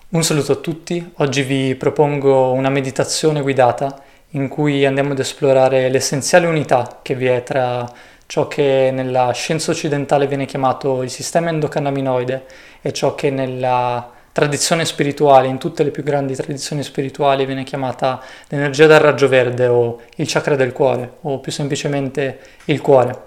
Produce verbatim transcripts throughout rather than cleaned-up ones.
Un saluto a tutti, oggi vi propongo una meditazione guidata in cui andiamo ad esplorare l'essenziale unità che vi è tra ciò che nella scienza occidentale viene chiamato il sistema endocannabinoide e ciò che nella tradizione spirituale, in tutte le più grandi tradizioni spirituali, viene chiamata l'energia del raggio verde o il chakra del cuore o più semplicemente il cuore.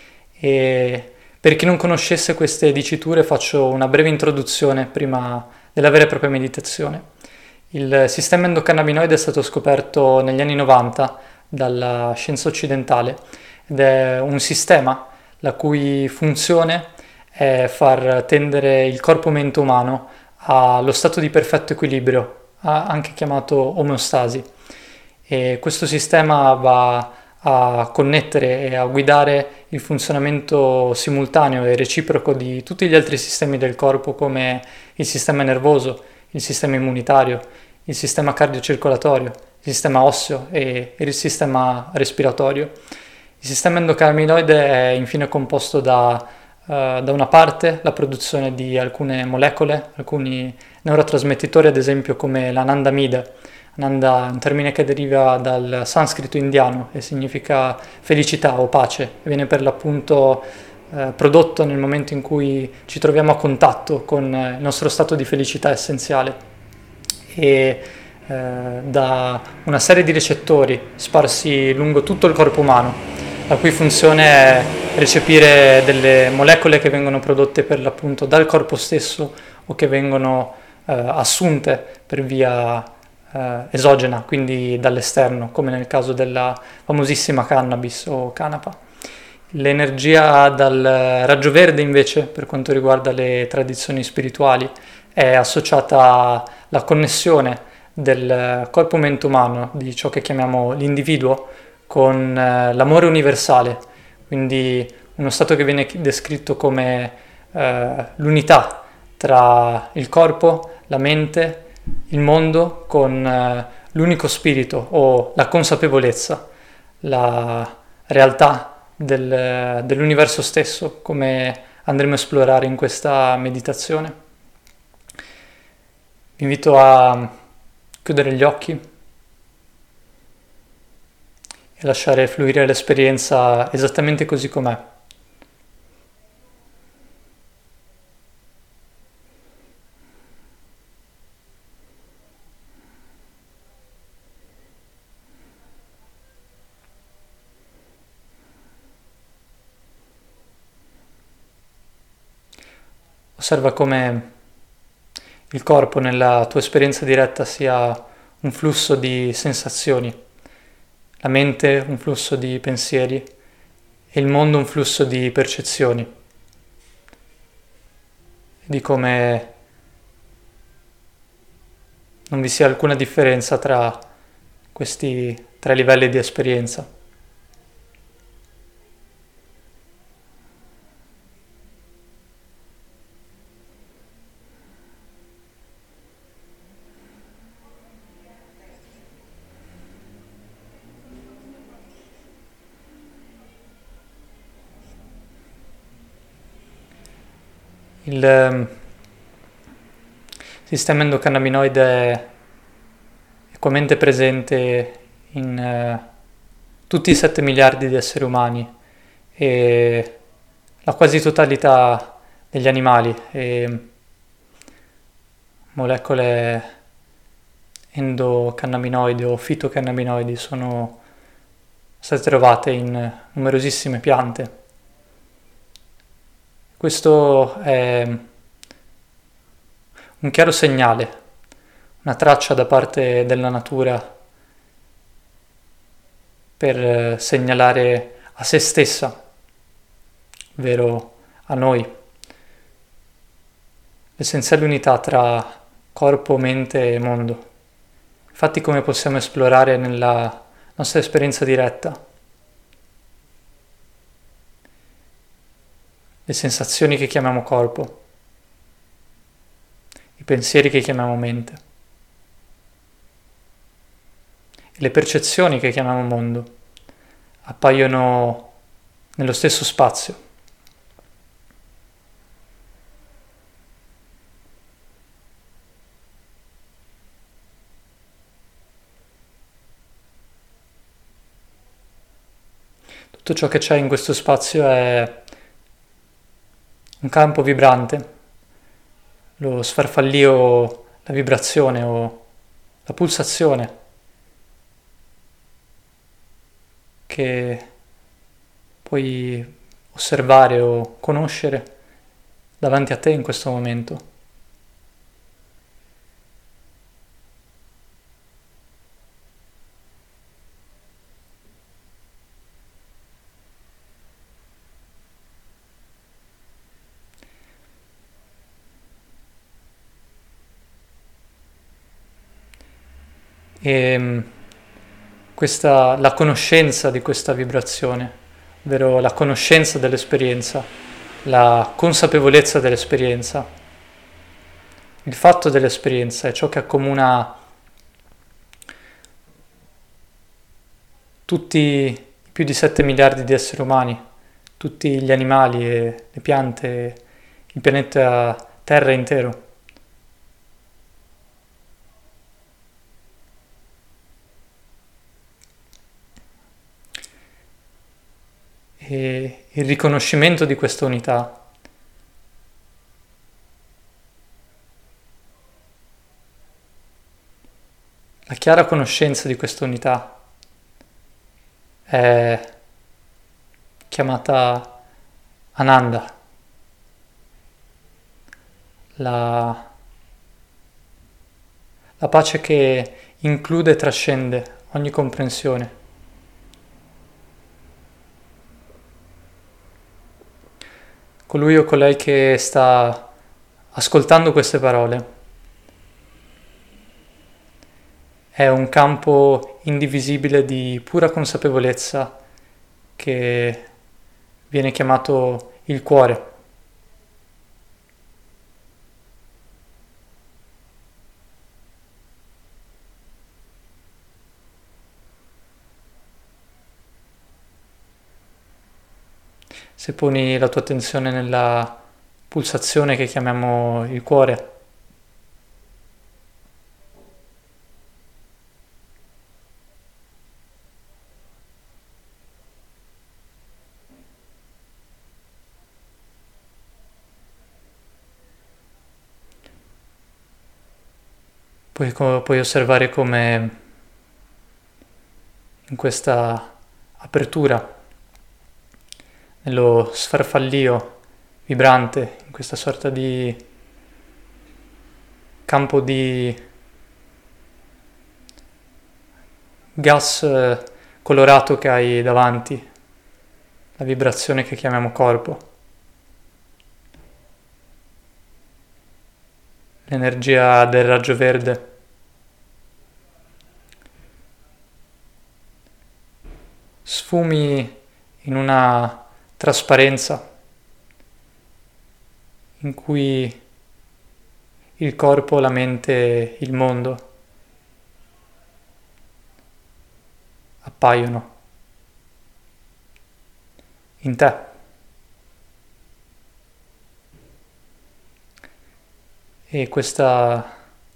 E per chi non conoscesse queste diciture faccio una breve introduzione prima della vera e propria meditazione. Il sistema endocannabinoide è stato scoperto negli anni novanta dalla scienza occidentale ed è un sistema la cui funzione è far tendere il corpo-mente umano allo stato di perfetto equilibrio, anche chiamato omeostasi. E questo sistema va a connettere e a guidare il funzionamento simultaneo e reciproco di tutti gli altri sistemi del corpo come il sistema nervoso, il sistema immunitario, il sistema cardiocircolatorio, il sistema osseo e il sistema respiratorio. Il sistema endocannabinoide è infine composto da, uh, da una parte la produzione di alcune molecole, alcuni neurotrasmettitori ad esempio come l'anandamide. Ananda è un termine che deriva dal sanscrito indiano e significa felicità o pace e viene per l'appunto eh, prodotto nel momento in cui ci troviamo a contatto con il nostro stato di felicità essenziale e eh, da una serie di recettori sparsi lungo tutto il corpo umano, la cui funzione è recepire delle molecole che vengono prodotte per l'appunto dal corpo stesso o che vengono eh, assunte per via eh, esogena, quindi dall'esterno, come nel caso della famosissima cannabis o canapa. L'energia dal raggio verde invece, per quanto riguarda le tradizioni spirituali, è associata alla connessione del corpo-mente umano, di ciò che chiamiamo l'individuo, con eh, l'amore universale, quindi uno stato che viene descritto come eh, l'unità tra il corpo, la mente, il mondo con eh, l'unico spirito o la consapevolezza, la realtà del, dell'universo stesso, come andremo a esplorare in questa meditazione. Vi invito a chiudere gli occhi e lasciare fluire l'esperienza esattamente così com'è. Osserva come il corpo nella tua esperienza diretta sia un flusso di sensazioni, la mente un flusso di pensieri e il mondo un flusso di percezioni, di come non vi sia alcuna differenza tra questi tre livelli di esperienza. Il eh, sistema endocannabinoide è equamente presente in eh, tutti i sette miliardi di esseri umani e la quasi totalità degli animali e molecole endocannabinoidi o fitocannabinoidi sono state trovate in numerosissime piante. Questo è un chiaro segnale, una traccia da parte della natura per segnalare a se stessa, ovvero a noi, l'essenziale unità tra corpo, mente e mondo. Infatti, come possiamo esplorare nella nostra esperienza diretta, le sensazioni che chiamiamo corpo, i pensieri che chiamiamo mente, e le percezioni che chiamiamo mondo appaiono nello stesso spazio. tutto ciò che c'è in questo spazio è un campo vibrante, lo sfarfallio, la vibrazione o la pulsazione che puoi osservare o conoscere davanti a te in questo momento. E questa, la conoscenza di questa vibrazione, ovvero la conoscenza dell'esperienza, la consapevolezza dell'esperienza, il fatto dell'esperienza è ciò che accomuna tutti i più di sette miliardi di esseri umani, tutti gli animali e le piante, il pianeta Terra intero. E il riconoscimento di questa unità la chiara conoscenza di questa unità è chiamata Ananda, la, la pace che include e trascende ogni comprensione. Colui o colei che sta ascoltando queste parole è un campo indivisibile di pura consapevolezza che viene chiamato il cuore. Se poni la tua attenzione nella pulsazione che chiamiamo il cuore, puoi, puoi osservare come in questa apertura, nello sfarfallio vibrante, in questa sorta di campo di gas colorato che hai davanti, la vibrazione che chiamiamo corpo, l'energia del raggio verde. Sfumi in una trasparenza in cui il corpo, la mente, il mondo appaiono in te. E questa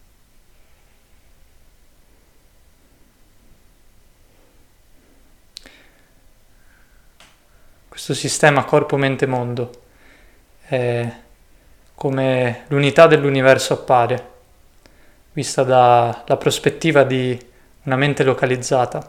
questo sistema corpo-mente-mondo è come l'unità dell'universo appare, vista dalla prospettiva di una mente localizzata.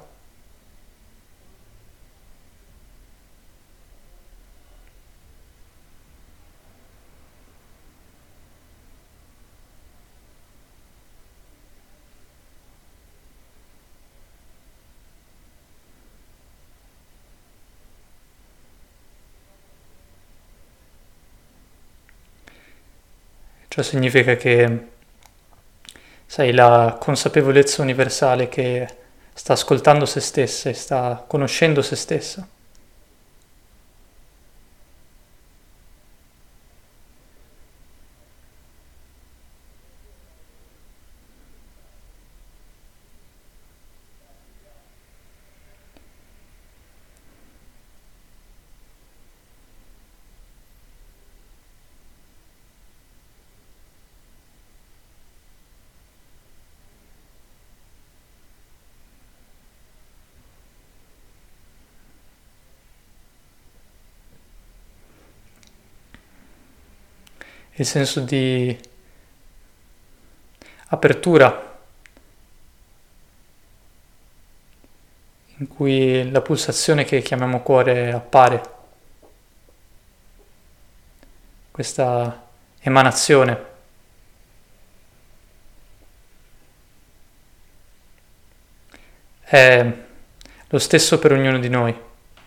Ciò significa che sei la consapevolezza universale che sta ascoltando se stessa e sta conoscendo se stessa. il senso di apertura in cui la pulsazione che chiamiamo cuore appare, questa emanazione. È lo stesso per ognuno di noi.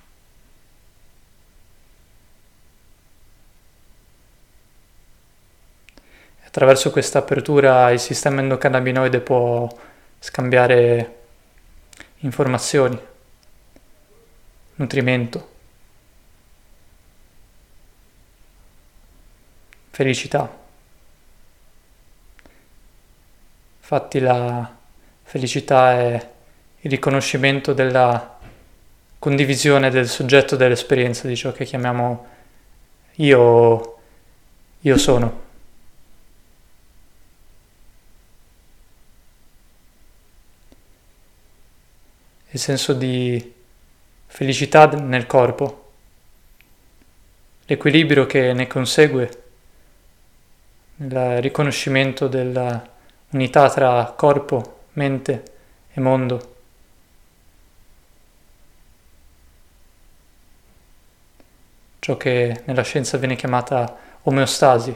Attraverso questa apertura il sistema endocannabinoide può scambiare informazioni, nutrimento, felicità. Infatti la felicità è il riconoscimento della condivisione del soggetto dell'esperienza, di ciò che chiamiamo io, io sono. Il senso di felicità nel corpo, l'equilibrio che ne consegue, il riconoscimento dell'unità tra corpo, mente e mondo. Ciò che nella scienza viene chiamata omeostasi.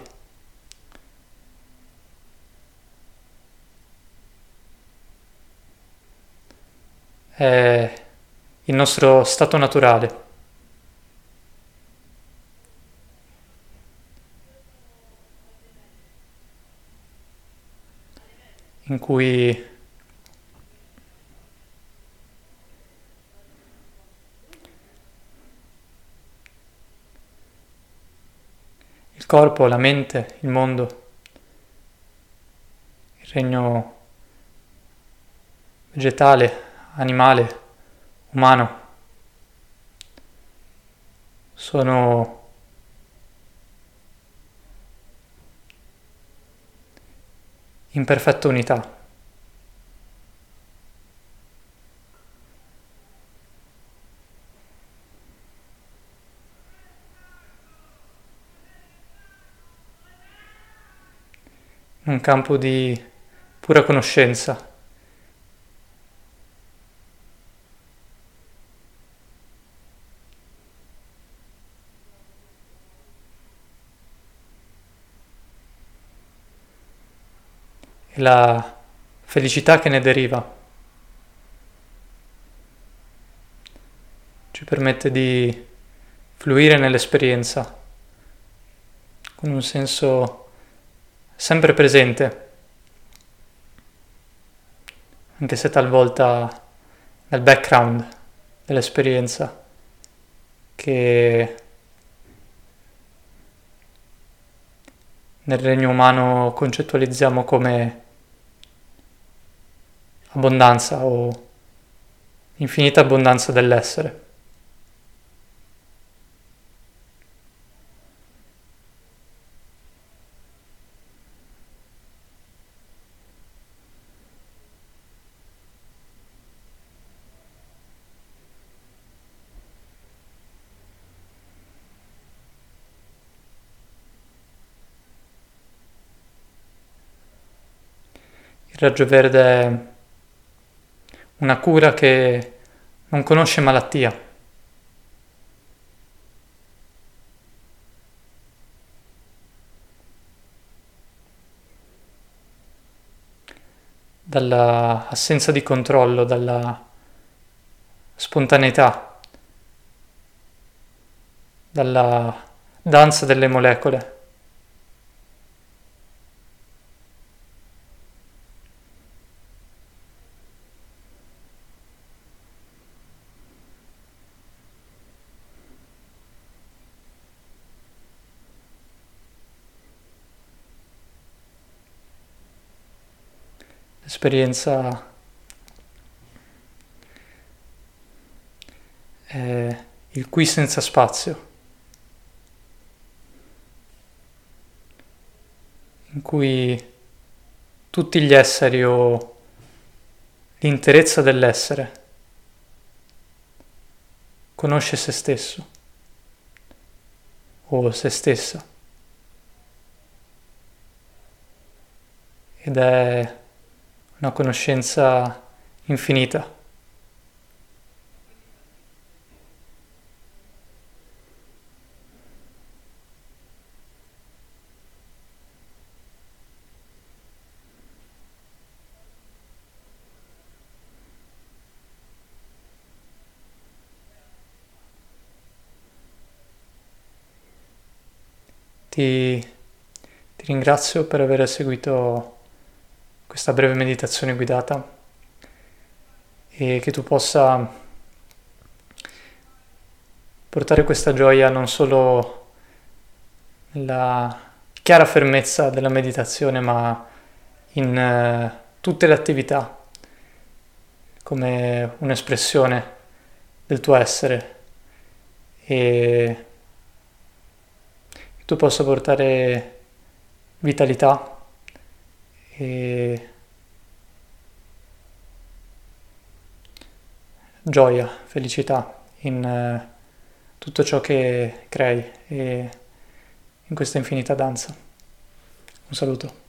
È il nostro stato naturale. In cui il corpo, la mente, il mondo, il regno vegetale, animale, umano, sono in perfetta unità. In un campo di pura conoscenza. E la felicità che ne deriva ci permette di fluire nell'esperienza con un senso sempre presente, anche se talvolta nel background dell'esperienza, che nel regno umano concettualizziamo come abbondanza o infinita abbondanza dell'essere. Il raggio verde è una cura che non conosce malattia. Dalla assenza di controllo, dalla spontaneità, dalla danza delle molecole. L'esperienza è il qui senza spazio, in cui tutti gli esseri o l'interezza dell'essere conosce se stesso o se stessa. ed è una conoscenza infinita. Ti, ti ringrazio per aver seguito questa breve meditazione guidata e che tu possa portare questa gioia non solo nella chiara fermezza della meditazione, ma in eh, tutte le attività, come un'espressione del tuo essere, e che tu possa portare vitalità e gioia, felicità in eh, tutto ciò che crei e in questa infinita danza. Un saluto.